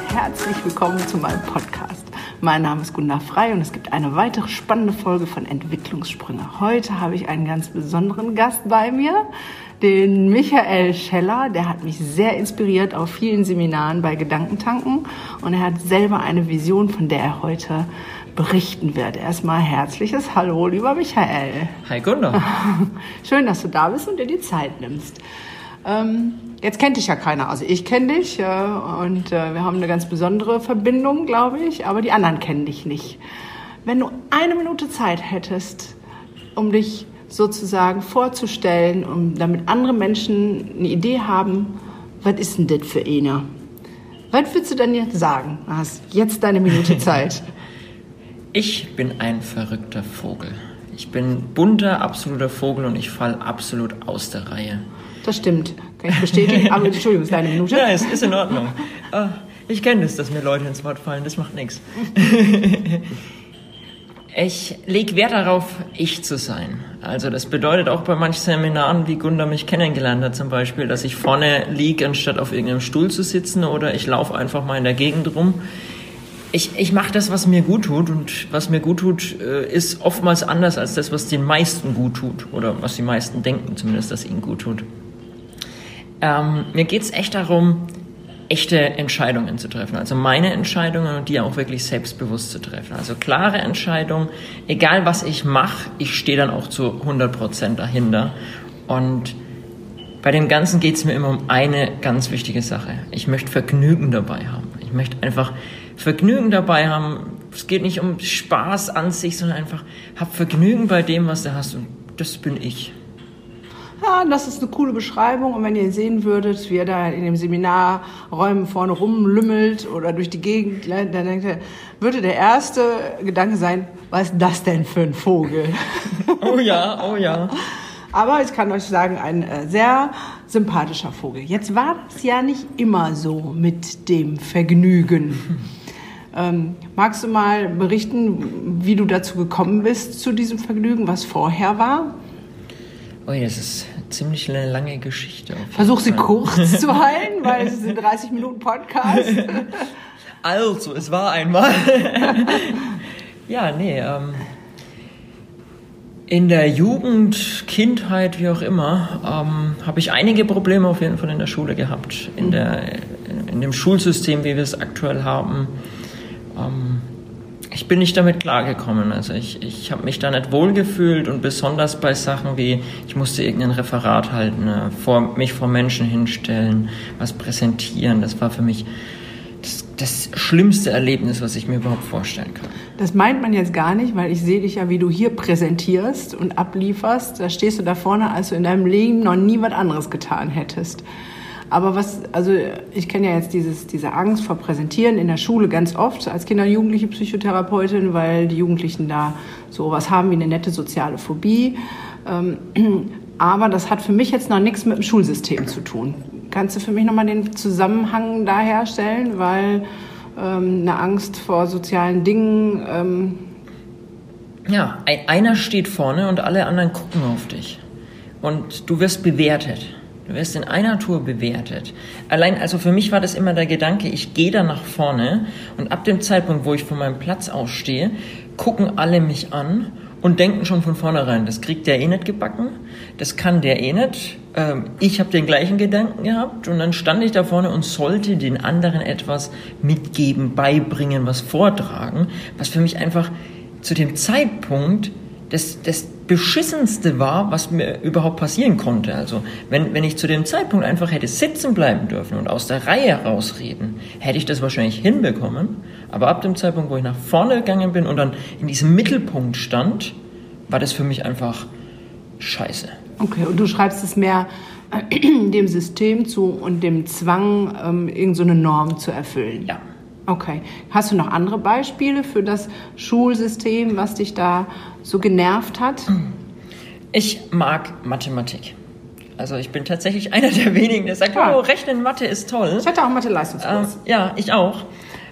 herzlich willkommen zu meinem Podcast. Mein Name ist Gunda Frei und es gibt eine weitere spannende Folge von Entwicklungssprünge. Heute habe ich einen ganz besonderen Gast bei mir, den Michael Scheller. Der hat mich sehr inspiriert auf vielen Seminaren bei Gedankentanken und er hat selber eine Vision, von der er heute berichten wird. Erstmal herzliches Hallo, lieber Michael. Hi Gunda. Schön, dass du da bist und dir die Zeit nimmst. Jetzt kennt dich ja keiner, also ich kenne dich und wir haben eine ganz besondere Verbindung, glaube ich, aber die anderen kennen dich nicht. Wenn du 1 Minute Zeit hättest, um dich sozusagen vorzustellen, damit andere Menschen eine Idee haben, was ist denn das für einer? Was würdest du denn jetzt sagen? Du hast jetzt deine Minute Zeit. Ich bin ein verrückter Vogel. Ich bin bunter, absoluter Vogel und ich falle absolut aus der Reihe. Das stimmt, kann ich bestätigen, aber Entschuldigung, ist deine Minute. Ja, es ist in Ordnung. Ich kenne das, dass mir Leute ins Wort fallen, das macht nichts. Ich lege Wert darauf, ich zu sein. Also das bedeutet auch bei manchen Seminaren, wie Gunda mich kennengelernt hat zum Beispiel, dass ich vorne liege, anstatt auf irgendeinem Stuhl zu sitzen, oder ich laufe einfach mal in der Gegend rum. Ich mache das, was mir gut tut, und was mir gut tut, ist oftmals anders als das, was den meisten gut tut, oder was die meisten denken zumindest, dass ihnen gut tut. Mir geht's echt darum, echte Entscheidungen zu treffen, also meine Entscheidungen und die auch wirklich selbstbewusst zu treffen. Also klare Entscheidungen, egal was ich mache, ich stehe dann auch zu 100% dahinter. Und bei dem Ganzen geht's mir immer um eine ganz wichtige Sache. Ich möchte Vergnügen dabei haben. Ich möchte einfach Vergnügen dabei haben. Es geht nicht um Spaß an sich, sondern einfach hab Vergnügen bei dem, was du hast, und das bin ich. Ja, das ist eine coole Beschreibung, und wenn ihr sehen würdet, wie er da in den Seminarräumen vorne rumlümmelt oder durch die Gegend, dann würde der erste Gedanke sein, was ist das denn für ein Vogel? Oh ja, oh ja. Aber ich kann euch sagen, ein sehr sympathischer Vogel. Jetzt war das ja nicht immer so mit dem Vergnügen. Magst du mal berichten, wie du dazu gekommen bist, zu diesem Vergnügen, was vorher war? Oh ja, das ist ziemlich eine lange Geschichte. Versuch sie kurz zu halten, weil es ist ein 30 Minuten Podcast. Also, es war einmal. Ja, nee, in der Jugend, Kindheit, wie auch immer, habe ich einige Probleme auf jeden Fall in der Schule gehabt. In dem Schulsystem, wie wir es aktuell haben. Ich bin nicht damit klargekommen. Also ich habe mich da nicht wohlgefühlt, und besonders bei Sachen wie, ich musste irgendein Referat halten, mich vor Menschen hinstellen, was präsentieren. Das war für mich das schlimmste Erlebnis, was ich mir überhaupt vorstellen kann. Das meint man jetzt gar nicht, weil ich sehe dich ja, wie du hier präsentierst und ablieferst. Da stehst du da vorne, als du in deinem Leben noch nie was anderes getan hättest. Aber ich kenne ja jetzt diese Angst vor Präsentieren in der Schule ganz oft als Kinder- und Jugendliche Psychotherapeutin, weil die Jugendlichen da so was haben wie eine nette soziale Phobie. Aber das hat für mich jetzt noch nichts mit dem Schulsystem zu tun. Kannst du für mich nochmal den Zusammenhang da herstellen? Weil eine Angst vor sozialen Dingen... Ja, einer steht vorne und alle anderen gucken auf dich. Und du wirst bewertet. Du wirst in einer Tour bewertet. Allein, also für mich war das immer der Gedanke, ich gehe da nach vorne, und ab dem Zeitpunkt, wo ich von meinem Platz aus stehe, gucken alle mich an und denken schon von vornherein, das kriegt der eh nicht gebacken, das kann der eh nicht. Ich habe den gleichen Gedanken gehabt, und dann stand ich da vorne und sollte den anderen etwas mitgeben, beibringen, was vortragen, was für mich einfach zu dem Zeitpunkt das Beschissenste war, was mir überhaupt passieren konnte. Also wenn ich zu dem Zeitpunkt einfach hätte sitzen bleiben dürfen und aus der Reihe rausreden, hätte ich das wahrscheinlich hinbekommen. Aber ab dem Zeitpunkt, wo ich nach vorne gegangen bin und dann in diesem Mittelpunkt stand, war das für mich einfach scheiße. Okay, und du schreibst es mehr dem System zu und dem Zwang, irgend so eine Norm zu erfüllen. Ja. Okay. Hast du noch andere Beispiele für das Schulsystem, was dich da so genervt hat? Ich mag Mathematik. Also ich bin tatsächlich einer der wenigen, der sagt, oh, Rechnen, Mathe ist toll. Ich hatte auch Mathe-Leistungskurs. Ja, ich auch.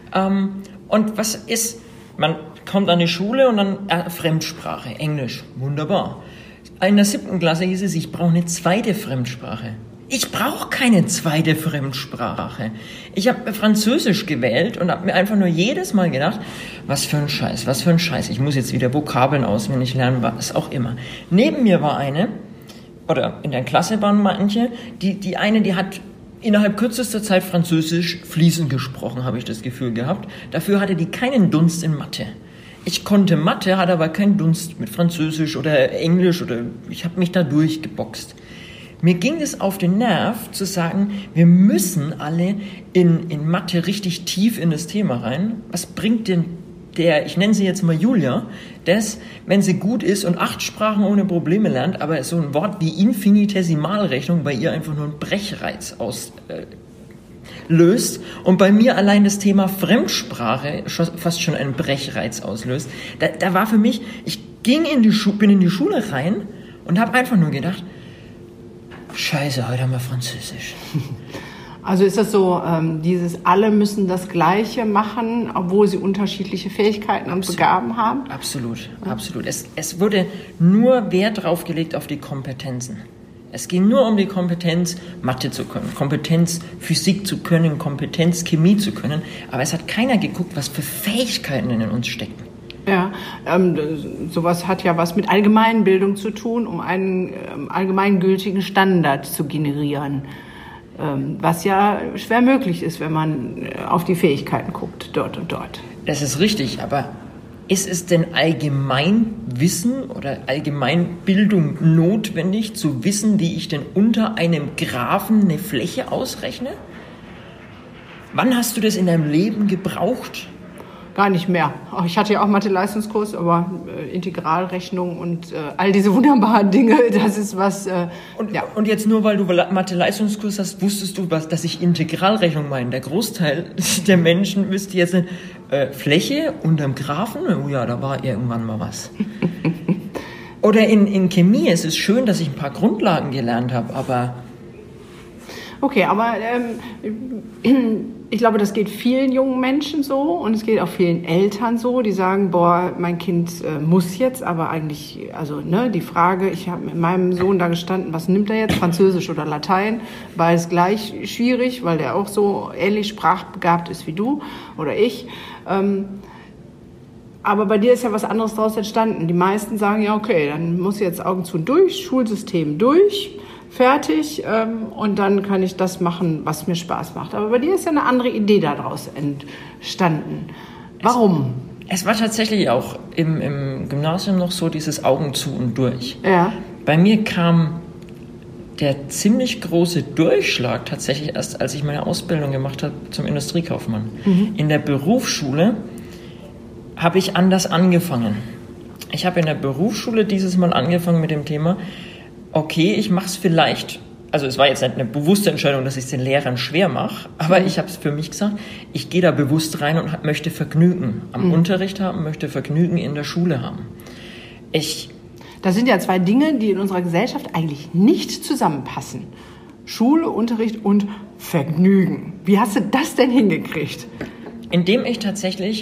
Und was ist, man kommt an die Schule und dann Fremdsprache, Englisch, wunderbar. In der 7. Klasse hieß es, ich brauche eine zweite Fremdsprache. Ich brauche keine zweite Fremdsprache. Ich habe Französisch gewählt und habe mir einfach nur jedes Mal gedacht, was für ein Scheiß. Ich muss jetzt wieder Vokabeln auswendig lernen, was auch immer. Neben mir war eine, oder in der Klasse waren manche, die hat innerhalb kürzester Zeit Französisch fließend gesprochen, habe ich das Gefühl gehabt. Dafür hatte die keinen Dunst in Mathe. Ich konnte Mathe, hatte aber keinen Dunst mit Französisch oder Englisch oder ich habe mich da durchgeboxt. Mir ging es auf den Nerv zu sagen, wir müssen alle in Mathe richtig tief in das Thema rein. Was bringt denn ich nenne sie jetzt mal Julia, das, wenn sie gut ist und 8 Sprachen ohne Probleme lernt, aber so ein Wort wie Infinitesimalrechnung bei ihr einfach nur einen Brechreiz auslöst und bei mir allein das Thema Fremdsprache fast schon einen Brechreiz auslöst. Da war für mich, ich bin in die Schule rein und habe einfach nur gedacht, Scheiße, heute haben wir Französisch. Also ist das so, alle müssen das Gleiche machen, obwohl sie unterschiedliche Fähigkeiten und Begaben haben? Absolut, ja. Absolut. Es wurde nur Wert drauf gelegt auf die Kompetenzen. Es ging nur um die Kompetenz, Mathe zu können, Kompetenz, Physik zu können, Kompetenz, Chemie zu können. Aber es hat keiner geguckt, was für Fähigkeiten in uns stecken. Ja, sowas hat ja was mit Allgemeinbildung zu tun, um einen allgemeingültigen Standard zu generieren. Was ja schwer möglich ist, wenn man auf die Fähigkeiten guckt, dort und dort. Das ist richtig, aber ist es denn Allgemeinwissen oder Allgemeinbildung notwendig, zu wissen, wie ich denn unter einem Graphen eine Fläche ausrechne? Wann hast du das in deinem Leben gebraucht? Gar nicht mehr. Ich hatte ja auch Mathe-Leistungskurs, aber Integralrechnung und all diese wunderbaren Dinge, das ist was... ja. Und jetzt nur, weil du Mathe-Leistungskurs hast, wusstest du, dass ich Integralrechnung meine. Der Großteil der Menschen wüsste jetzt Fläche unterm Graphen. Oh ja, da war irgendwann mal was. Oder in Chemie, es ist schön, dass ich ein paar Grundlagen gelernt habe, aber... Okay, aber ich glaube, das geht vielen jungen Menschen so und es geht auch vielen Eltern so, die sagen, boah, mein Kind muss jetzt, aber eigentlich, die Frage, ich habe mit meinem Sohn da gestanden, was nimmt er jetzt, Französisch oder Latein, beides gleich schwierig, weil der auch so ähnlich sprachbegabt ist wie du oder ich. Aber bei dir ist ja was anderes daraus entstanden. Die meisten sagen, ja okay, dann muss jetzt Augen zu und durch, Schulsystem durch, fertig und dann kann ich das machen, was mir Spaß macht. Aber bei dir ist ja eine andere Idee daraus entstanden. Warum? Es war tatsächlich auch im Gymnasium noch so dieses Augen zu und durch. Ja. Bei mir kam der ziemlich große Durchschlag tatsächlich erst, als ich meine Ausbildung gemacht habe zum Industriekaufmann. Mhm. In der Berufsschule habe ich anders angefangen. Ich habe in der Berufsschule dieses Mal angefangen mit dem Thema, okay, ich mache es vielleicht, also es war jetzt nicht eine bewusste Entscheidung, dass ich es den Lehrern schwer mache, aber ich habe es für mich gesagt, ich gehe da bewusst rein und möchte Vergnügen am Unterricht haben, möchte Vergnügen in der Schule haben. Das sind ja 2 Dinge, die in unserer Gesellschaft eigentlich nicht zusammenpassen. Schule, Unterricht und Vergnügen. Wie hast du das denn hingekriegt? Indem ich tatsächlich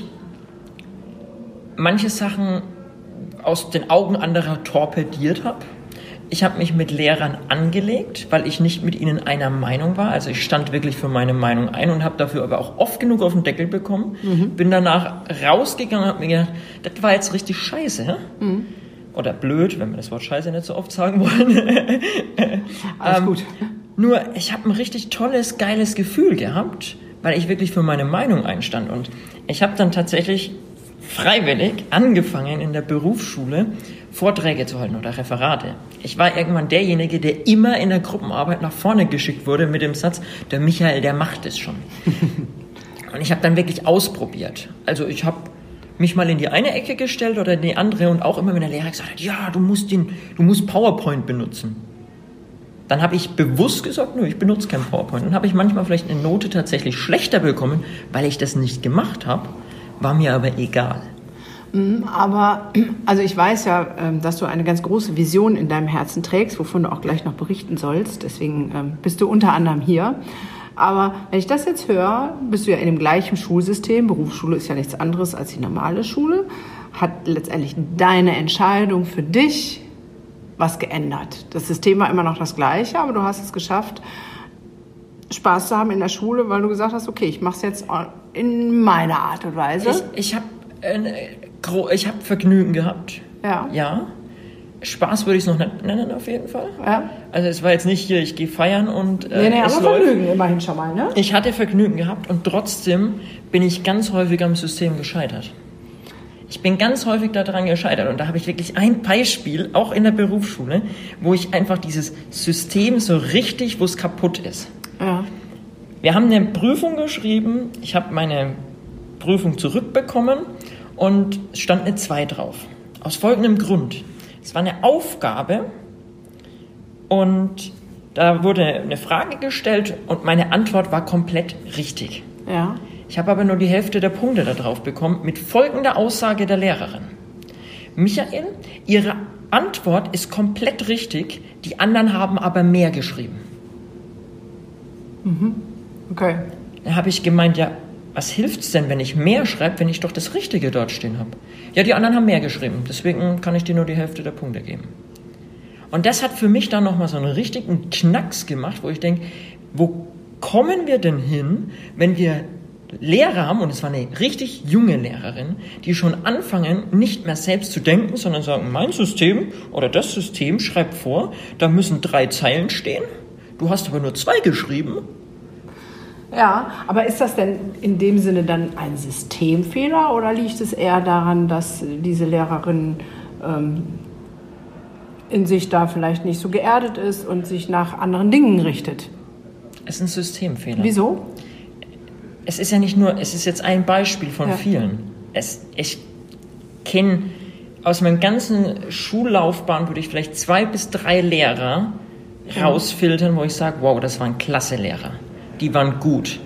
manche Sachen aus den Augen anderer torpediert habe. Ich habe mich mit Lehrern angelegt, weil ich nicht mit ihnen einer Meinung war. Also ich stand wirklich für meine Meinung ein und habe dafür aber auch oft genug auf den Deckel bekommen. Mhm. Bin danach rausgegangen und habe mir gedacht, das war jetzt richtig scheiße. Ja? Mhm. Oder blöd, wenn wir das Wort scheiße nicht so oft sagen wollen. Alles gut. Nur, ich habe ein richtig tolles, geiles Gefühl gehabt, weil ich wirklich für meine Meinung einstand. Und ich habe dann tatsächlich freiwillig angefangen in der Berufsschule Vorträge zu halten oder Referate. Ich war irgendwann derjenige, der immer in der Gruppenarbeit nach vorne geschickt wurde mit dem Satz, der Michael, der macht es schon. Und ich habe dann wirklich ausprobiert. Also ich habe mich mal in die eine Ecke gestellt oder in die andere und auch immer, wenn der Lehrer gesagt hat, ja, du musst PowerPoint benutzen. Dann habe ich bewusst gesagt, nö, ich benutze kein PowerPoint. Dann habe ich manchmal vielleicht eine Note tatsächlich schlechter bekommen, weil ich das nicht gemacht habe, war mir aber egal. Aber, also ich weiß ja, dass du eine ganz große Vision in deinem Herzen trägst, wovon du auch gleich noch berichten sollst. Deswegen bist du unter anderem hier. Aber wenn ich das jetzt höre, bist du ja in dem gleichen Schulsystem. Berufsschule ist ja nichts anderes als die normale Schule. Hat letztendlich deine Entscheidung für dich was geändert. Das System war immer noch das gleiche, aber du hast es geschafft, Spaß zu haben in der Schule, weil du gesagt hast, okay, ich mache es jetzt in meiner Art und Weise. Ich hab Vergnügen gehabt. Ja. Spaß würde ich es noch nicht nennen, auf jeden Fall. Ja. Also es war jetzt nicht hier, ich gehe feiern und nee, aber Vergnügen immerhin schon mal, ne? Ich hatte Vergnügen gehabt und trotzdem bin ich ganz häufig am System gescheitert. Ich bin ganz häufig daran gescheitert und da habe ich wirklich ein Beispiel, auch in der Berufsschule, wo ich einfach dieses System so richtig, wo es kaputt ist. Ja. Wir haben eine Prüfung geschrieben, ich habe meine Prüfung zurückbekommen und es stand eine 2 drauf. Aus folgendem Grund. Es war eine Aufgabe und da wurde eine Frage gestellt und meine Antwort war komplett richtig. Ja. Ich habe aber nur die Hälfte der Punkte da drauf bekommen mit folgender Aussage der Lehrerin. Michael, Ihre Antwort ist komplett richtig, die anderen haben aber mehr geschrieben. Okay. Da habe ich gemeint, ja, was hilft's denn, wenn ich mehr schreibe, wenn ich doch das Richtige dort stehen habe? Ja, die anderen haben mehr geschrieben, deswegen kann ich dir nur die Hälfte der Punkte geben. Und das hat für mich dann nochmal so einen richtigen Knacks gemacht, wo ich denke, wo kommen wir denn hin, wenn wir Lehrer haben, und es war eine richtig junge Lehrerin, die schon anfangen, nicht mehr selbst zu denken, sondern sagen, mein System oder das System schreibt vor, da müssen 3 Zeilen stehen, du hast aber nur 2 geschrieben. Ja, aber ist das denn in dem Sinne dann ein Systemfehler oder liegt es eher daran, dass diese Lehrerin in sich da vielleicht nicht so geerdet ist und sich nach anderen Dingen richtet? Es ist ein Systemfehler. Wieso? Es ist ja nicht nur, es ist jetzt ein Beispiel von vielen. Ich kenne aus meiner ganzen Schullaufbahn, würde ich vielleicht 2 bis 3 Lehrer rausfiltern, wo ich sage, wow, das waren klasse Lehrer. Die waren gut.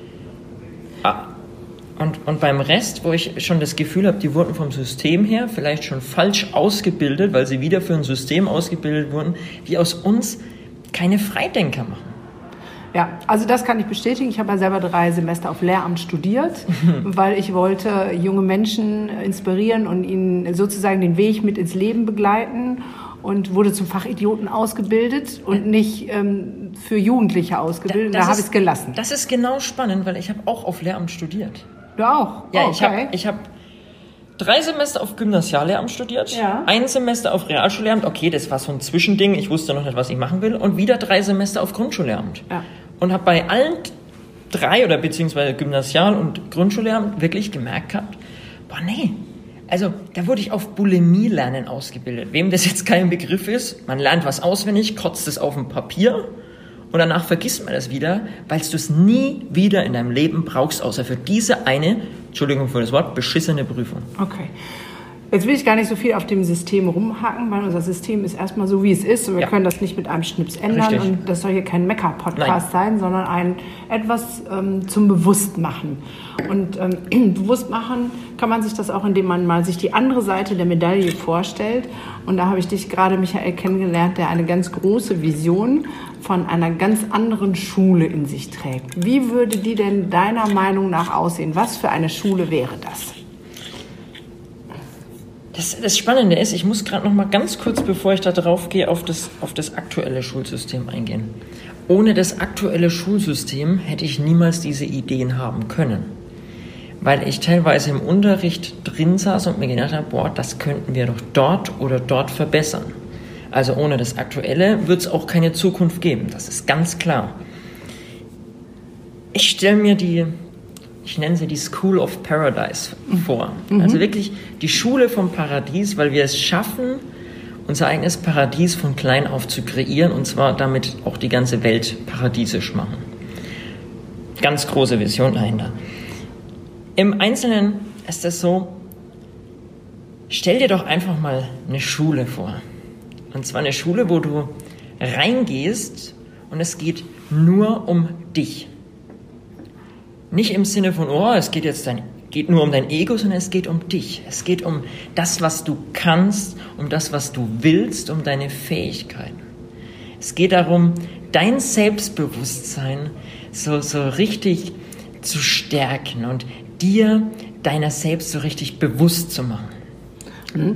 Und beim Rest, wo ich schon das Gefühl habe, die wurden vom System her vielleicht schon falsch ausgebildet, weil sie wieder für ein System ausgebildet wurden, die aus uns keine Freidenker machen. Ja, also das kann ich bestätigen. Ich habe ja selber 3 Semester auf Lehramt studiert, weil ich wollte junge Menschen inspirieren und ihnen sozusagen den Weg mit ins Leben begleiten und wurde zum Fachidioten ausgebildet und nicht für Jugendliche ausgebildet. Da habe ich es gelassen. Das ist genau spannend, weil ich habe auch auf Lehramt studiert. Du auch? Ja, okay. Ich habe 3 Semester auf Gymnasiallehramt studiert, 1 Semester auf Realschullehramt, okay, das war so ein Zwischending, ich wusste noch nicht, was ich machen will, und wieder 3 Semester auf Grundschullehramt. Ja. Und habe bei allen 3 oder beziehungsweise Gymnasial- und Grundschullehramt wirklich gemerkt gehabt, boah, nee, also da wurde ich auf Bulimie-Lernen ausgebildet. Wem das jetzt kein Begriff ist, man lernt was auswendig, kotzt es auf dem Papier und danach vergisst man das wieder, weil du es nie wieder in deinem Leben brauchst, außer für diese eine, Entschuldigung für das Wort, beschissene Prüfung. Okay. Jetzt will ich gar nicht so viel auf dem System rumhacken, weil unser System ist erstmal so, wie es ist und wir können das nicht mit einem Schnips ändern. Richtig. Und das soll hier kein Mecker-Podcast sein, sondern ein etwas zum Bewusstmachen. Und Bewusstmachen kann man sich das auch, indem man mal sich die andere Seite der Medaille vorstellt. Und da habe ich dich gerade, Michael, kennengelernt, der eine ganz große Vision von einer ganz anderen Schule in sich trägt. Wie würde die denn deiner Meinung nach aussehen? Was für eine Schule wäre das? Das Spannende ist, ich muss gerade noch mal ganz kurz, bevor ich da drauf gehe, auf das aktuelle Schulsystem eingehen. Ohne das aktuelle Schulsystem hätte ich niemals diese Ideen haben können. Weil ich teilweise im Unterricht drin saß und mir gedacht habe, boah, das könnten wir doch dort oder dort verbessern. Also ohne das Aktuelle wird es auch keine Zukunft geben, das ist ganz klar. Ich stelle mir ich nenne sie die School of Paradise vor. Also wirklich die Schule vom Paradies, weil wir es schaffen, unser eigenes Paradies von klein auf zu kreieren und zwar damit auch die ganze Welt paradiesisch machen. Ganz große Vision dahinter. Im Einzelnen ist es so, stell dir doch einfach mal eine Schule vor. Und zwar eine Schule, wo du reingehst und es geht nur um dich. Nicht im Sinne von, oh, es geht nur um dein Ego, sondern es geht um dich. Es geht um das, was du kannst, um das, was du willst, um deine Fähigkeiten. Es geht darum, dein Selbstbewusstsein so richtig zu stärken und dir deiner selbst so richtig bewusst zu machen.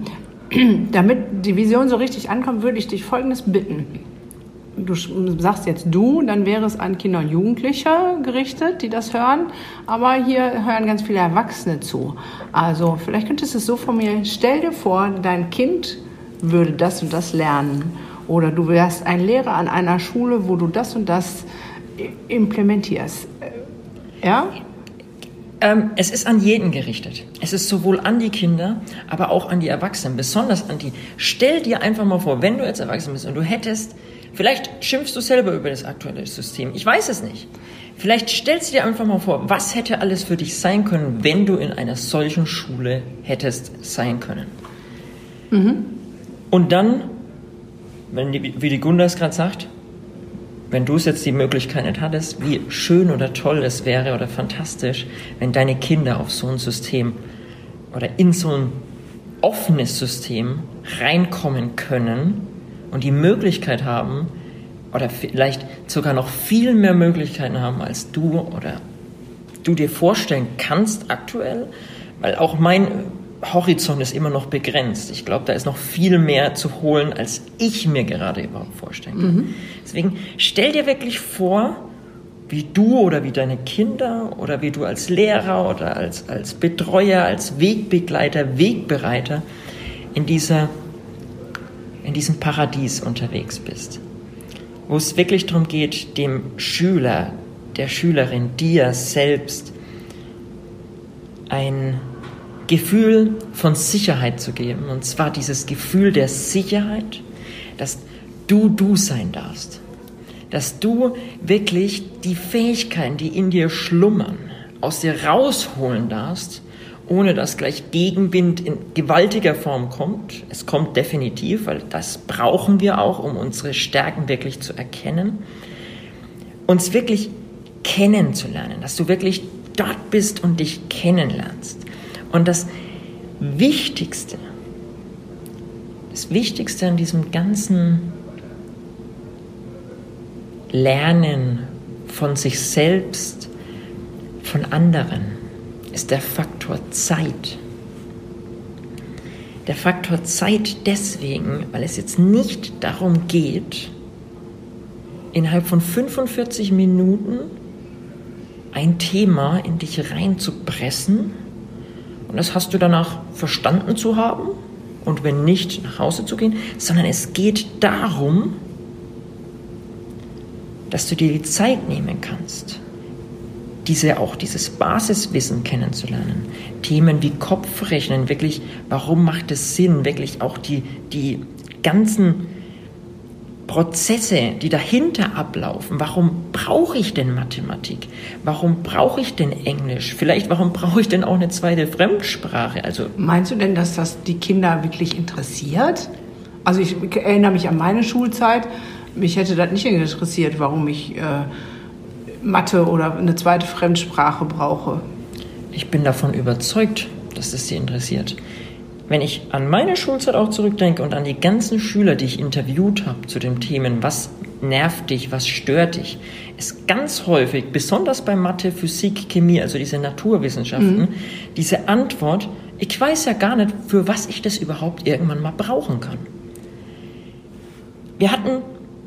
damit die Vision so richtig ankommt, würde ich dich Folgendes bitten. Du sagst jetzt du, dann wäre es an Kinder und Jugendliche gerichtet, die das hören. Aber hier hören ganz viele Erwachsene zu. Also vielleicht könntest du es so formulieren. Stell dir vor, dein Kind würde das und das lernen. Oder du wärst ein Lehrer an einer Schule, wo du das und das implementierst. Ja? Es ist an jeden gerichtet. Es ist sowohl an die Kinder, aber auch an die Erwachsenen. Besonders an die. Stell dir einfach mal vor, wenn du jetzt erwachsen bist und du hättest... Vielleicht schimpfst du selber über das aktuelle System. Ich weiß es nicht. Vielleicht stellst du dir einfach mal vor, was hätte alles für dich sein können, wenn du in einer solchen Schule hättest sein können. Mhm. Und dann, wie die Gunda es gerade sagt, wenn du es jetzt die Möglichkeit nicht hattest, wie schön oder toll es wäre oder fantastisch, wenn deine Kinder auf so ein System oder in so ein offenes System reinkommen können und die Möglichkeit haben, oder vielleicht sogar noch viel mehr Möglichkeiten haben, als du oder du dir vorstellen kannst aktuell, weil auch mein Horizont ist immer noch begrenzt. Ich glaube, da ist noch viel mehr zu holen, als ich mir gerade überhaupt vorstellen kann. Mhm. Deswegen stell dir wirklich vor, wie du oder wie deine Kinder oder wie du als Lehrer oder als Betreuer, als Wegbegleiter, Wegbereiter in diesem Paradies unterwegs bist, wo es wirklich darum geht, dem Schüler, der Schülerin, dir selbst ein Gefühl von Sicherheit zu geben, und zwar dieses Gefühl der Sicherheit, dass du sein darfst, dass du wirklich die Fähigkeiten, die in dir schlummern, aus dir rausholen darfst, ohne dass gleich Gegenwind in gewaltiger Form kommt. Es kommt definitiv, weil das brauchen wir auch, um unsere Stärken wirklich zu erkennen. Uns wirklich kennenzulernen, dass du wirklich dort bist und dich kennenlernst. Und das Wichtigste an diesem ganzen Lernen von sich selbst, von anderen, ist der Faktor Zeit. Der Faktor Zeit deswegen, weil es jetzt nicht darum geht, innerhalb von 45 Minuten ein Thema in dich reinzupressen und das hast du danach verstanden zu haben und wenn nicht, nach Hause zu gehen, sondern es geht darum, dass du dir die Zeit nehmen kannst, dieses Basiswissen kennenzulernen. Themen wie Kopfrechnen, wirklich, warum macht es Sinn, wirklich auch die ganzen Prozesse, die dahinter ablaufen. Warum brauche ich denn Mathematik? Warum brauche ich denn Englisch? Vielleicht, warum brauche ich denn auch eine zweite Fremdsprache? Also, meinst du denn, dass das die Kinder wirklich interessiert? Also ich erinnere mich an meine Schulzeit. Mich hätte das nicht interessiert, warum ich Mathe oder eine zweite Fremdsprache brauche. Ich bin davon überzeugt, dass es sie interessiert. Wenn ich an meine Schulzeit auch zurückdenke und an die ganzen Schüler, die ich interviewt habe zu den Themen, was nervt dich, was stört dich, ist ganz häufig, besonders bei Mathe, Physik, Chemie, also diese Naturwissenschaften, diese Antwort, ich weiß ja gar nicht, für was ich das überhaupt irgendwann mal brauchen kann. Wir hatten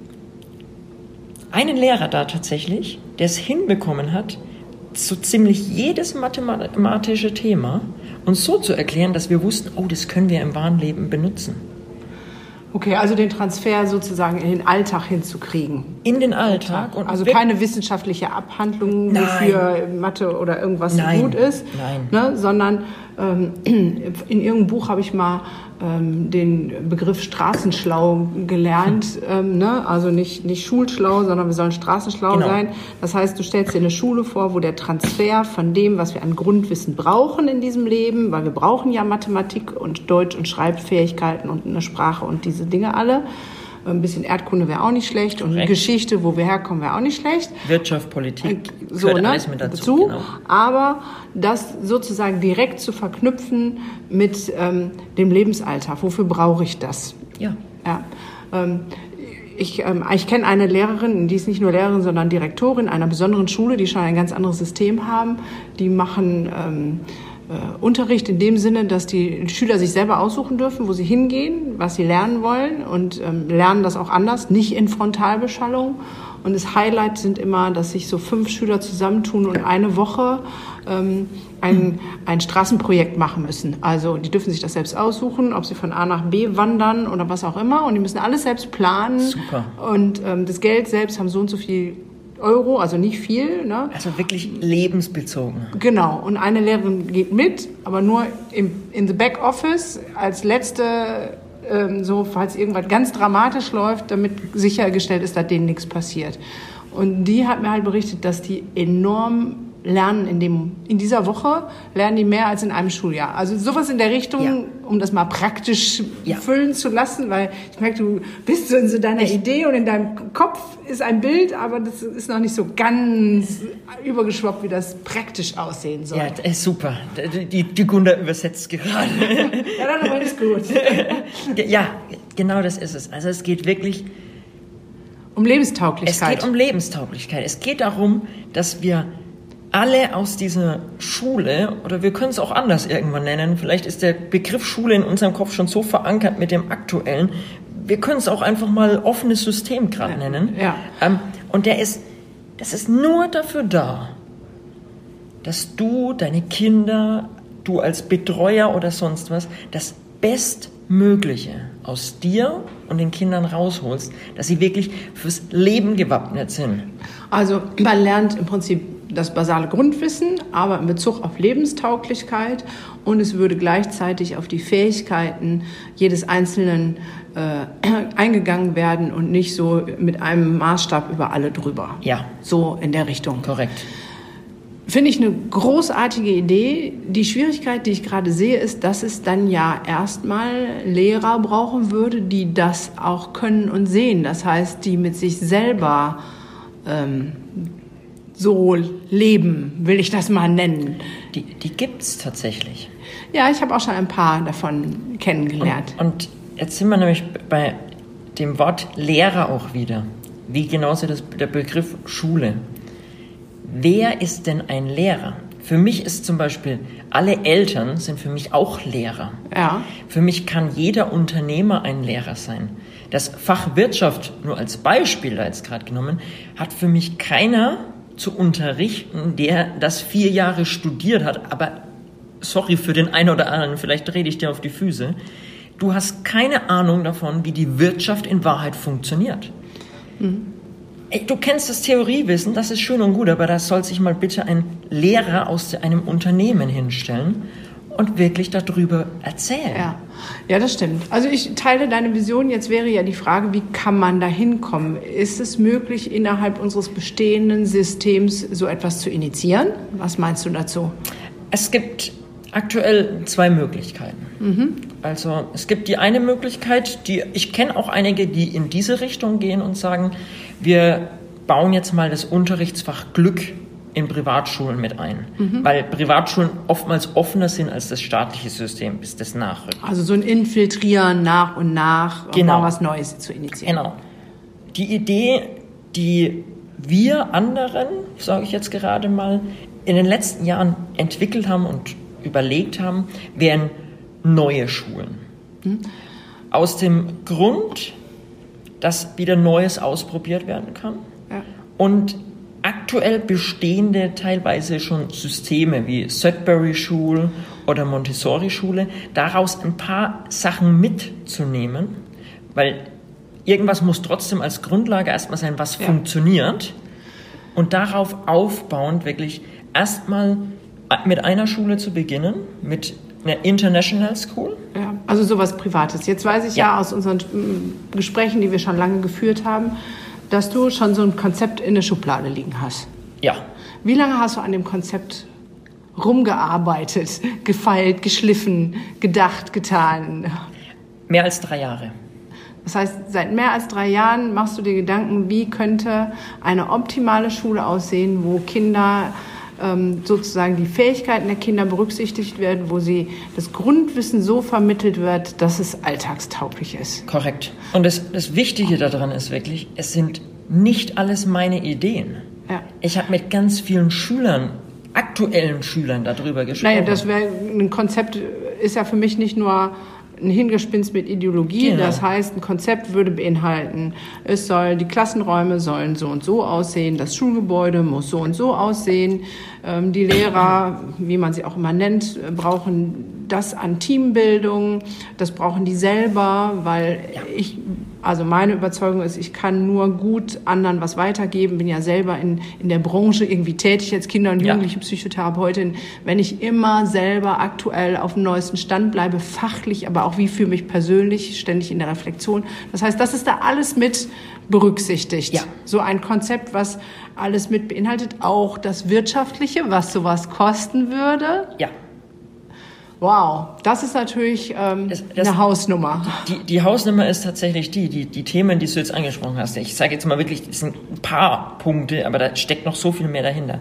einen Lehrer da tatsächlich, der es hinbekommen hat, so ziemlich jedes mathematische Thema uns so zu erklären, dass wir wussten, oh, das können wir im wahren Leben benutzen. Okay, also den Transfer sozusagen in den Alltag hinzukriegen. In den Alltag. Und also keine wissenschaftliche Abhandlung, wofür Mathe oder irgendwas gut ist, ne, sondern in irgendeinem Buch habe ich mal den Begriff straßenschlau gelernt, ne? Also nicht schulschlau, sondern wir sollen straßenschlau sein. Das heißt, du stellst dir eine Schule vor, wo der Transfer von dem, was wir an Grundwissen brauchen in diesem Leben, weil wir brauchen ja Mathematik und Deutsch- und Schreibfähigkeiten und eine Sprache und diese Dinge alle. Ein bisschen Erdkunde wäre auch nicht schlecht und Geschichte, wo wir herkommen, wäre auch nicht schlecht. Wirtschaft, Politik, so, gehört ne, alles mit dazu. Genau. Aber das sozusagen direkt zu verknüpfen mit dem Lebensalltag. Wofür brauche ich das? Ja. Ich kenne eine Lehrerin, die ist nicht nur Lehrerin, sondern Direktorin einer besonderen Schule, die schon ein ganz anderes System haben. Die machen Unterricht in dem Sinne, dass die Schüler sich selber aussuchen dürfen, wo sie hingehen, was sie lernen wollen und lernen das auch anders, nicht in Frontalbeschallung. Und das Highlight sind immer, dass sich so 5 Schüler zusammentun und eine Woche ein Straßenprojekt machen müssen. Also die dürfen sich das selbst aussuchen, ob sie von A nach B wandern oder was auch immer. Und die müssen alles selbst planen. Super. Und das Geld selbst haben so und so viel Euro, also nicht viel. Ne? Also wirklich lebensbezogen. Genau. Und eine Lehrerin geht mit, aber nur in the back office als letzte, so falls irgendwas ganz dramatisch läuft, damit sichergestellt ist, dass denen nichts passiert. Und die hat mir halt berichtet, dass die enorm lernen in dieser Woche, lernen die mehr als in einem Schuljahr. Also sowas in der Richtung, um das mal praktisch füllen zu lassen, weil ich merke, du bist so in so deiner Idee und in deinem Kopf ist ein Bild, aber das ist noch nicht so ganz übergeschwappt, wie das praktisch aussehen soll. Ja, das ist super. Die Gunda übersetzt gerade. Ja, dann aber ist gut. Ja, genau das ist es. Also es geht wirklich um Lebenstauglichkeit. Es geht um Lebenstauglichkeit. Es geht darum, dass wir alle aus dieser Schule, oder wir können es auch anders irgendwann nennen, vielleicht ist der Begriff Schule in unserem Kopf schon so verankert mit dem aktuellen, wir können es auch einfach mal offenes System gerade nennen. Ja. Und das ist nur dafür da, dass du, deine Kinder, du als Betreuer oder sonst was, das Bestmögliche aus dir und den Kindern rausholst, dass sie wirklich fürs Leben gewappnet sind. Also man lernt im Prinzip das basale Grundwissen, aber in Bezug auf Lebenstauglichkeit, und es würde gleichzeitig auf die Fähigkeiten jedes Einzelnen eingegangen werden und nicht so mit einem Maßstab über alle drüber. Ja. So in der Richtung. Korrekt. Finde ich eine großartige Idee. Die Schwierigkeit, die ich gerade sehe, ist, dass es dann ja erstmal Lehrer brauchen würde, die das auch können und sehen. Das heißt, die mit sich selber so leben, will ich das mal nennen. Die gibt's tatsächlich. Ja, ich habe auch schon ein paar davon kennengelernt. Und jetzt sind wir nämlich bei dem Wort Lehrer auch wieder. Wie genauso der Begriff Schule. Wer ist denn ein Lehrer? Für mich ist zum Beispiel, alle Eltern sind für mich auch Lehrer. Ja. Für mich kann jeder Unternehmer ein Lehrer sein. Das Fach Wirtschaft, nur als Beispiel da jetzt gerade genommen, hat für mich keiner zu unterrichten, der das 4 Jahre studiert hat. Aber sorry für den einen oder anderen, vielleicht rede ich dir auf die Füße. Du hast keine Ahnung davon, wie die Wirtschaft in Wahrheit funktioniert. Mhm. Du kennst das Theoriewissen, das ist schön und gut, aber da soll sich mal bitte ein Lehrer aus einem Unternehmen hinstellen und wirklich darüber erzählen. Ja, das stimmt. Also ich teile deine Vision. Jetzt wäre ja die Frage, wie kann man da hinkommen? Ist es möglich, innerhalb unseres bestehenden Systems so etwas zu initiieren? Was meinst du dazu? Es gibt aktuell 2 Möglichkeiten. Mhm. Also es gibt die eine Möglichkeit, ich kenne auch einige, die in diese Richtung gehen und sagen, wir bauen jetzt mal das Unterrichtsfach Glück in Privatschulen mit ein, weil Privatschulen oftmals offener sind als das staatliche System, bis das nachrückt. Also so ein Infiltrieren nach und nach, um mal was Neues zu initiieren. Genau. Die Idee, die wir anderen, sage ich jetzt gerade mal, in den letzten Jahren entwickelt haben und überlegt haben, wären neue Schulen. Aus dem Grund, dass wieder Neues ausprobiert werden kann und aktuell bestehende teilweise schon Systeme wie Sudbury-Schule oder Montessori-Schule, daraus ein paar Sachen mitzunehmen, weil irgendwas muss trotzdem als Grundlage erstmal sein, was funktioniert, und darauf aufbauend wirklich erstmal mit einer Schule zu beginnen, mit einer International School. Ja, also sowas Privates. Jetzt weiß ich ja aus unseren Gesprächen, die wir schon lange geführt haben, dass du schon so ein Konzept in der Schublade liegen hast. Ja. Wie lange hast du an dem Konzept rumgearbeitet, gefeilt, geschliffen, gedacht, getan? Mehr als 3 Jahre. Das heißt, seit mehr als 3 Jahren machst du dir Gedanken, wie könnte eine optimale Schule aussehen, wo Kinder sozusagen die Fähigkeiten der Kinder berücksichtigt werden, wo das Grundwissen so vermittelt wird, dass es alltagstauglich ist. Korrekt. Und das Wichtige daran ist wirklich, es sind nicht alles meine Ideen. Ja. Ich habe mit ganz vielen Schülern aktuellen Schülern darüber gesprochen? Naja, das wäre ein Konzept, ist ja für mich nicht nur ein Hingespinst mit Ideologie. Genau. Das heißt, ein Konzept würde beinhalten, die Klassenräume sollen so und so aussehen, das Schulgebäude muss so und so aussehen. Die Lehrer, wie man sie auch immer nennt, brauchen das an Teambildung. Das brauchen die selber, weil meine Überzeugung ist, ich kann nur gut anderen was weitergeben, bin ja selber in der Branche irgendwie tätig als Kinder- und Jugendliche Psychotherapeutin. Wenn ich immer selber aktuell auf dem neuesten Stand bleibe, fachlich, aber auch wie für mich persönlich, ständig in der Reflexion. Das heißt, das ist da alles mit berücksichtigt. Ja. So ein Konzept, was alles mit beinhaltet, auch das Wirtschaftliche, was sowas kosten würde. Ja. Wow, das ist natürlich eine Hausnummer. Die Hausnummer ist tatsächlich die Themen, die du jetzt angesprochen hast. Ich sage jetzt mal wirklich, das sind ein paar Punkte, aber da steckt noch so viel mehr dahinter.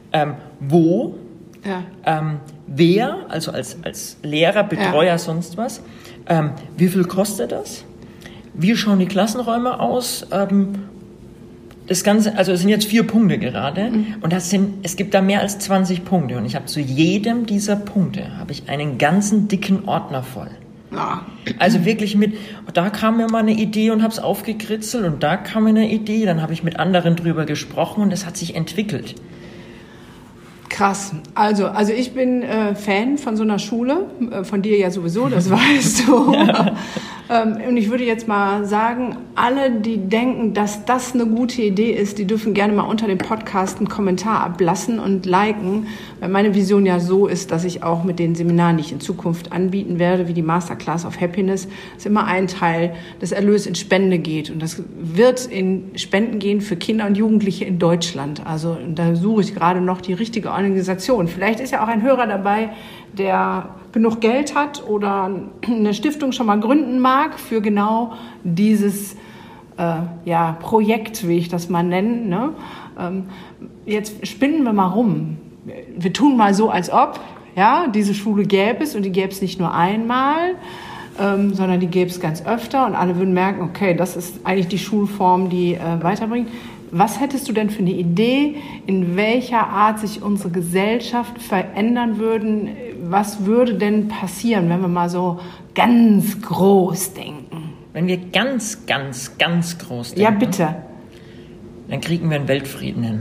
Wer, also als Lehrer, Betreuer, sonst was, wie viel kostet das? Wie schauen die Klassenräume aus? Das Ganze, also es sind jetzt 4 Punkte gerade und es gibt da mehr als 20 Punkte und ich habe zu jedem dieser Punkte einen ganzen dicken Ordner voll. Ja. Also wirklich da kam mir mal eine Idee und habe es aufgekritzelt und da kam mir eine Idee, dann habe ich mit anderen drüber gesprochen und es hat sich entwickelt. Krass. Also ich bin Fan von so einer Schule, von dir ja sowieso, das weißt du. Ja. Und ich würde jetzt mal sagen, alle, die denken, dass das eine gute Idee ist, die dürfen gerne mal unter dem Podcast einen Kommentar ablassen und liken, weil meine Vision ja so ist, dass ich auch mit den Seminaren, die ich in Zukunft anbieten werde, wie die Masterclass of Happiness, dass immer ein Teil des Erlös in Spende geht. Und das wird in Spenden gehen für Kinder und Jugendliche in Deutschland. Also da suche ich gerade noch die richtige Organisation. Vielleicht ist ja auch ein Hörer dabei, der genug Geld hat oder eine Stiftung schon mal gründen mag für genau dieses Projekt, wie ich das mal nenne. Ne? Jetzt spinnen wir mal rum. Wir tun mal so, als ob diese Schule gäbe es und die gäbe es nicht nur einmal, sondern die gäbe es ganz öfter und alle würden merken, okay, das ist eigentlich die Schulform, die weiterbringt. Was hättest du denn für eine Idee, in welcher Art sich unsere Gesellschaft verändern würden? Was würde denn passieren, wenn wir mal so ganz groß denken? Wenn wir ganz, ganz, ganz groß denken. Ja, bitte. Dann kriegen wir einen Weltfrieden hin.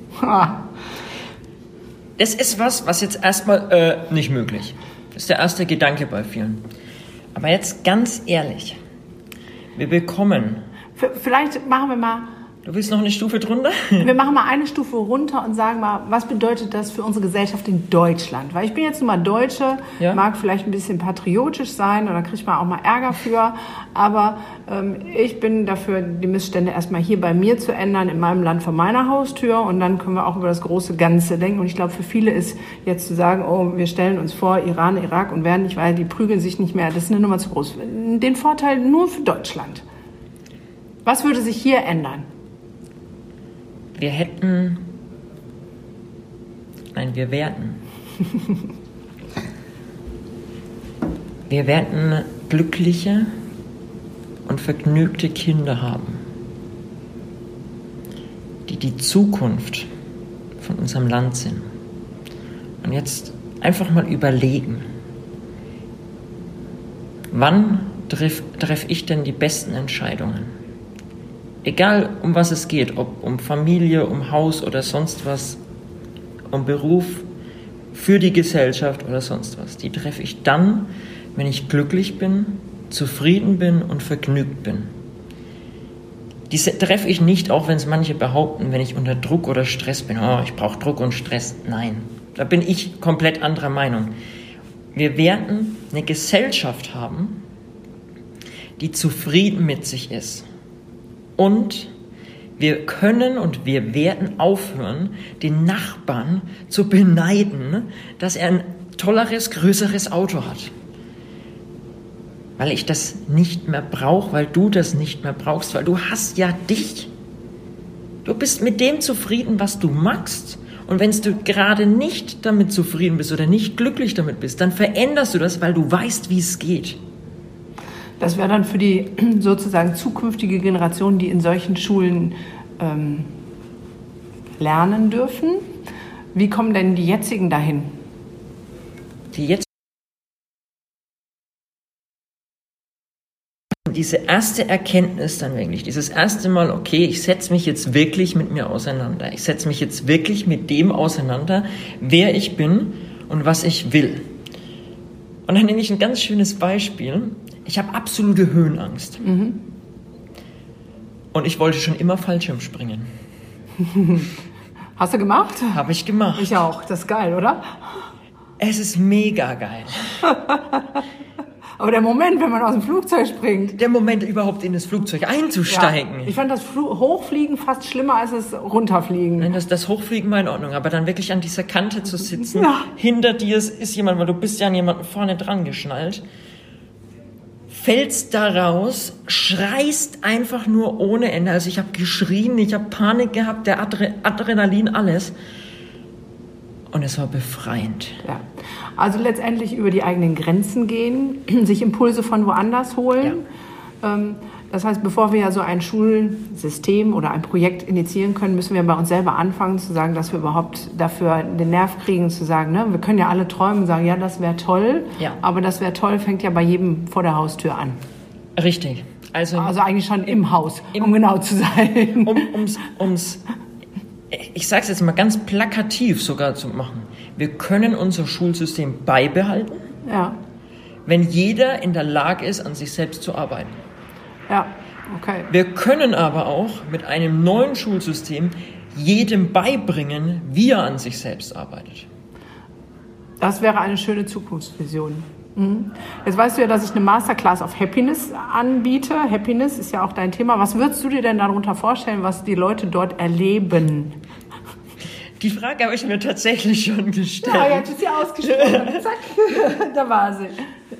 Das ist was jetzt erstmal nicht möglich. Das ist der erste Gedanke bei vielen. Aber jetzt ganz ehrlich, wir bekommen... Vielleicht machen wir mal... Du willst noch eine Stufe drunter? Wir machen mal eine Stufe runter und sagen mal, was bedeutet das für unsere Gesellschaft in Deutschland? Weil ich bin jetzt nun mal Deutsche, mag vielleicht ein bisschen patriotisch sein oder kriegt man auch mal Ärger für, aber ich bin dafür, die Missstände erstmal hier bei mir zu ändern, in meinem Land vor meiner Haustür und dann können wir auch über das große Ganze denken. Und ich glaube, für viele ist jetzt zu sagen, oh, wir stellen uns vor, Iran, Irak und werden nicht, weil die prügeln sich nicht mehr, das ist eine Nummer zu groß. Den Vorteil nur für Deutschland. Was würde sich hier ändern? Wir werden glückliche und vergnügte Kinder haben, die die Zukunft von unserem Land sind. Und jetzt einfach mal überlegen, wann treffe ich denn die besten Entscheidungen? Egal, um was es geht, ob um Familie, um Haus oder sonst was, um Beruf, für die Gesellschaft oder sonst was. Die treffe ich dann, wenn ich glücklich bin, zufrieden bin und vergnügt bin. Diese treffe ich nicht, auch wenn es manche behaupten, wenn ich unter Druck oder Stress bin. Oh, ich brauche Druck und Stress. Nein, da bin ich komplett anderer Meinung. Wir werden eine Gesellschaft haben, die zufrieden mit sich ist. Und wir können und wir werden aufhören, den Nachbarn zu beneiden, dass er ein tolleres, größeres Auto hat. Weil ich das nicht mehr brauche, weil du das nicht mehr brauchst, weil du hast ja dich. Du bist mit dem zufrieden, was du magst. Und wenn du gerade nicht damit zufrieden bist oder nicht glücklich damit bist, dann veränderst du das, weil du weißt, wie es geht. Das wäre dann für die sozusagen zukünftige Generation, die in solchen Schulen lernen dürfen, Wie kommen denn die jetzigen dahin? Diese erste Erkenntnis dann wirklich, dieses erste Mal, okay, ich setze mich jetzt wirklich mit mir auseinander. Ich setze mich jetzt wirklich mit dem auseinander, wer ich bin und was ich will. Und dann nehme ich ein ganz schönes Beispiel. Ich habe absolute Höhenangst. Mhm. Und ich wollte schon immer Fallschirm springen. Hast du gemacht? Habe ich gemacht. Ich auch. Das ist geil, oder? Es ist mega geil. Aber der Moment, wenn man aus dem Flugzeug springt. Der Moment, überhaupt in das Flugzeug einzusteigen. Ja, ich fand das Hochfliegen fast schlimmer als das Runterfliegen. Nein, das Hochfliegen war in Ordnung, aber dann wirklich an dieser Kante zu sitzen, hinter dir ist jemand, weil du bist ja an jemanden vorne dran geschnallt, fällst da raus, schreist einfach nur ohne Ende. Also ich habe geschrien, ich habe Panik gehabt, der Adrenalin, alles. Und es war befreiend. Ja. Also letztendlich über die eigenen Grenzen gehen, sich Impulse von woanders holen. Ja. Das heißt, bevor wir ja so ein Schulsystem oder ein Projekt initiieren können, müssen wir bei uns selber anfangen zu sagen, dass wir überhaupt dafür den Nerv kriegen, zu sagen, ne, wir können ja alle träumen und sagen, ja, das wäre toll. Ja. Aber das wäre toll, fängt ja bei jedem vor der Haustür an. Richtig. Also eigentlich schon im Haus, um genau zu sein. Ich sage es jetzt mal ganz plakativ sogar zu machen. Wir können unser Schulsystem beibehalten, wenn jeder in der Lage ist, an sich selbst zu arbeiten. Ja, okay. Wir können aber auch mit einem neuen Schulsystem jedem beibringen, wie er an sich selbst arbeitet. Das wäre eine schöne Zukunftsvision. Jetzt weißt du ja, dass ich eine Masterclass auf Happiness anbiete. Happiness ist ja auch dein Thema. Was würdest du dir denn darunter vorstellen, was die Leute dort erleben? Die Frage habe ich mir tatsächlich schon gestellt. Ja, jetzt ist sie ausgesprochen. Zack, da war sie.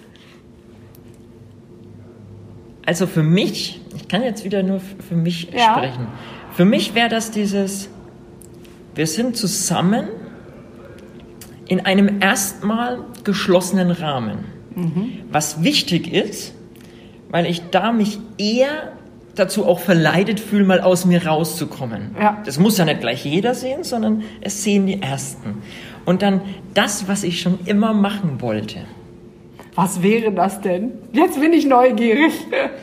Also für mich, ich kann jetzt wieder nur für mich sprechen. Für mich wäre das wir sind zusammen in einem erstmal geschlossenen Rahmen. Was wichtig ist, weil ich da mich eher dazu auch verleitet fühle, mal aus mir rauszukommen. Ja. Das muss ja nicht gleich jeder sehen, sondern es sehen die Ersten. Und dann das, was ich schon immer machen wollte. Was wäre das denn? Jetzt bin ich neugierig.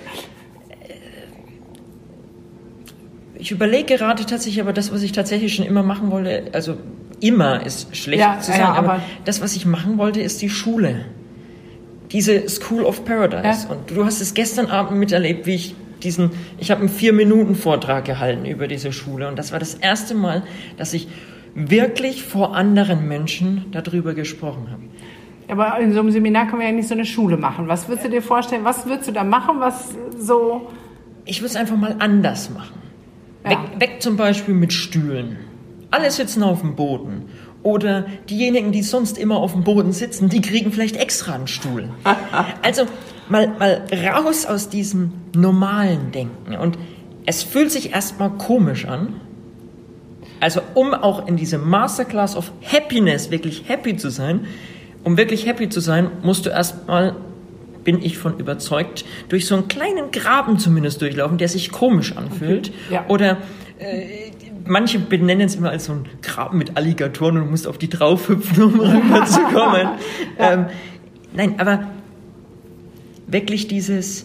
Ich überlege gerade tatsächlich, aber das, was ich tatsächlich schon immer machen wollte, also immer ist schlecht zu sagen, aber das, was ich machen wollte, ist die Schule. Diese School of Paradise. Ja. Und du hast es gestern Abend miterlebt, wie ich habe einen 4-Minuten-Vortrag gehalten über diese Schule. Und das war das erste Mal, dass ich wirklich vor anderen Menschen darüber gesprochen habe. Aber in so einem Seminar kann man ja nicht so eine Schule machen. Was würdest du dir vorstellen? Was würdest du da machen, was so... Ich würde es einfach mal anders machen. Ja. Weg zum Beispiel mit Stühlen. Alle sitzen auf dem Boden. Oder diejenigen, die sonst immer auf dem Boden sitzen, die kriegen vielleicht extra einen Stuhl. Also mal raus aus diesem normalen Denken. Und es fühlt sich erstmal komisch an. Also um auch in diese Masterclass of Happiness wirklich happy zu sein, musst du erstmal, bin ich von überzeugt, durch so einen kleinen Graben zumindest durchlaufen, der sich komisch anfühlt. Okay. Ja. Oder manche benennen es immer als so einen Graben mit Alligatoren und du musst auf die draufhüpfen, um rüberzukommen. Nein, aber wirklich es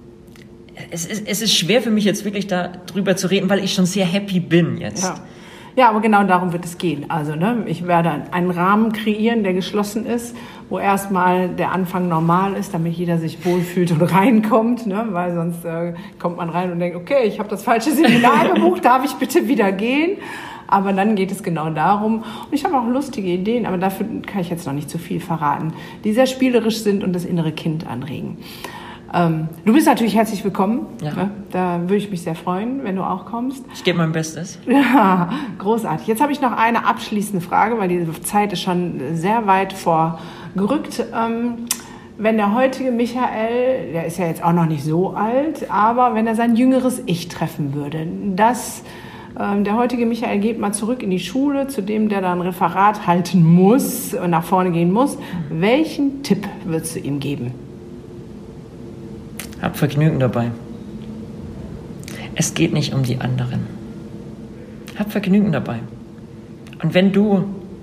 ist schwer für mich jetzt wirklich darüber zu reden, weil ich schon sehr happy bin jetzt. Ja, aber genau darum wird es gehen. Also ich werde einen Rahmen kreieren, der geschlossen ist, wo erstmal der Anfang normal ist, damit jeder sich wohlfühlt und reinkommt, weil sonst kommt man rein und denkt, okay, ich habe das falsche Seminar gebucht, darf ich bitte wieder gehen? Aber dann geht es genau darum. Und ich habe auch lustige Ideen, aber dafür kann ich jetzt noch nicht zu viel verraten, die sehr spielerisch sind und das innere Kind anregen. Du bist natürlich herzlich willkommen. Ja. Da würde ich mich sehr freuen, wenn du auch kommst. Ich gebe mein Bestes. Ja, großartig. Jetzt habe ich noch eine abschließende Frage, weil diese Zeit ist schon sehr weit vorgerückt. Wenn der heutige Michael, der ist ja jetzt auch noch nicht so alt, aber wenn er sein jüngeres Ich treffen würde, der heutige Michael geht mal zurück in die Schule, zu dem der dann ein Referat halten muss und nach vorne gehen muss. Welchen Tipp würdest du ihm geben? Hab Vergnügen dabei. Es geht nicht um die anderen. Hab Vergnügen dabei. Und wenn du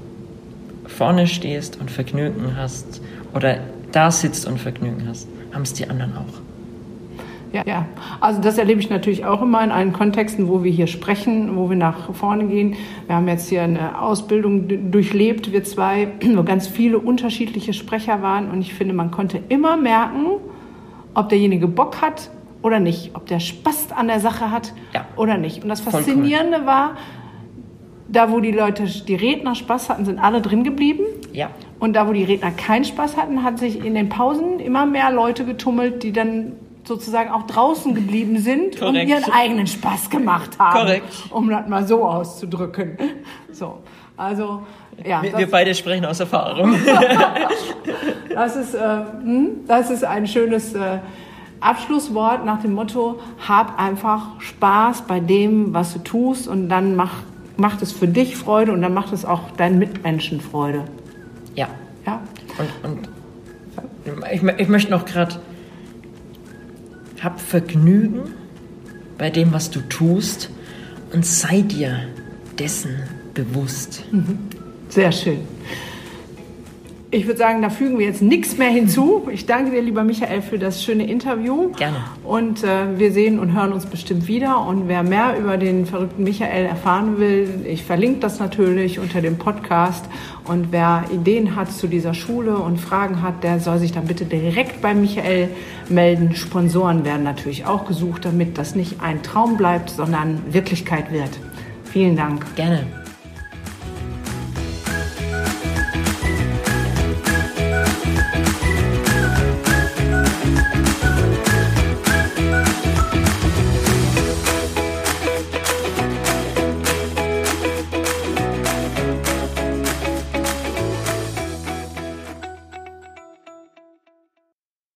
vorne stehst und Vergnügen hast oder da sitzt und Vergnügen hast, haben es die anderen auch. Ja, also das erlebe ich natürlich auch immer in allen Kontexten, wo wir hier sprechen, wo wir nach vorne gehen. Wir haben jetzt hier eine Ausbildung durchlebt, wir zwei, wo ganz viele unterschiedliche Sprecher waren. Und ich finde, man konnte immer merken, ob derjenige Bock hat oder nicht, ob der Spaß an der Sache hat oder nicht. Und das Faszinierende war, da wo die Redner Spaß hatten, sind alle drin geblieben. Ja. Und da wo die Redner keinen Spaß hatten, hat sich in den Pausen immer mehr Leute getummelt, die dann sozusagen auch draußen geblieben sind und ihren eigenen Spaß gemacht haben. Korrekt. Um das mal so auszudrücken. So, also, ja. Wir beide sprechen aus Erfahrung. Das ist ein schönes Abschlusswort nach dem Motto, hab einfach Spaß bei dem, was du tust und dann macht es für dich Freude und dann macht es auch deinen Mitmenschen Freude. Ja. Ja. Und ich möchte noch gerade, hab Vergnügen bei dem, was du tust und sei dir dessen bewusst. Sehr schön. Ich würde sagen, da fügen wir jetzt nichts mehr hinzu. Ich danke dir, lieber Michael, für das schöne Interview. Gerne. Und wir sehen und hören uns bestimmt wieder. Und wer mehr über den verrückten Michael erfahren will, ich verlinke das natürlich unter dem Podcast. Und wer Ideen hat zu dieser Schule und Fragen hat, der soll sich dann bitte direkt bei Michael melden. Sponsoren werden natürlich auch gesucht, damit das nicht ein Traum bleibt, sondern Wirklichkeit wird. Vielen Dank. Gerne.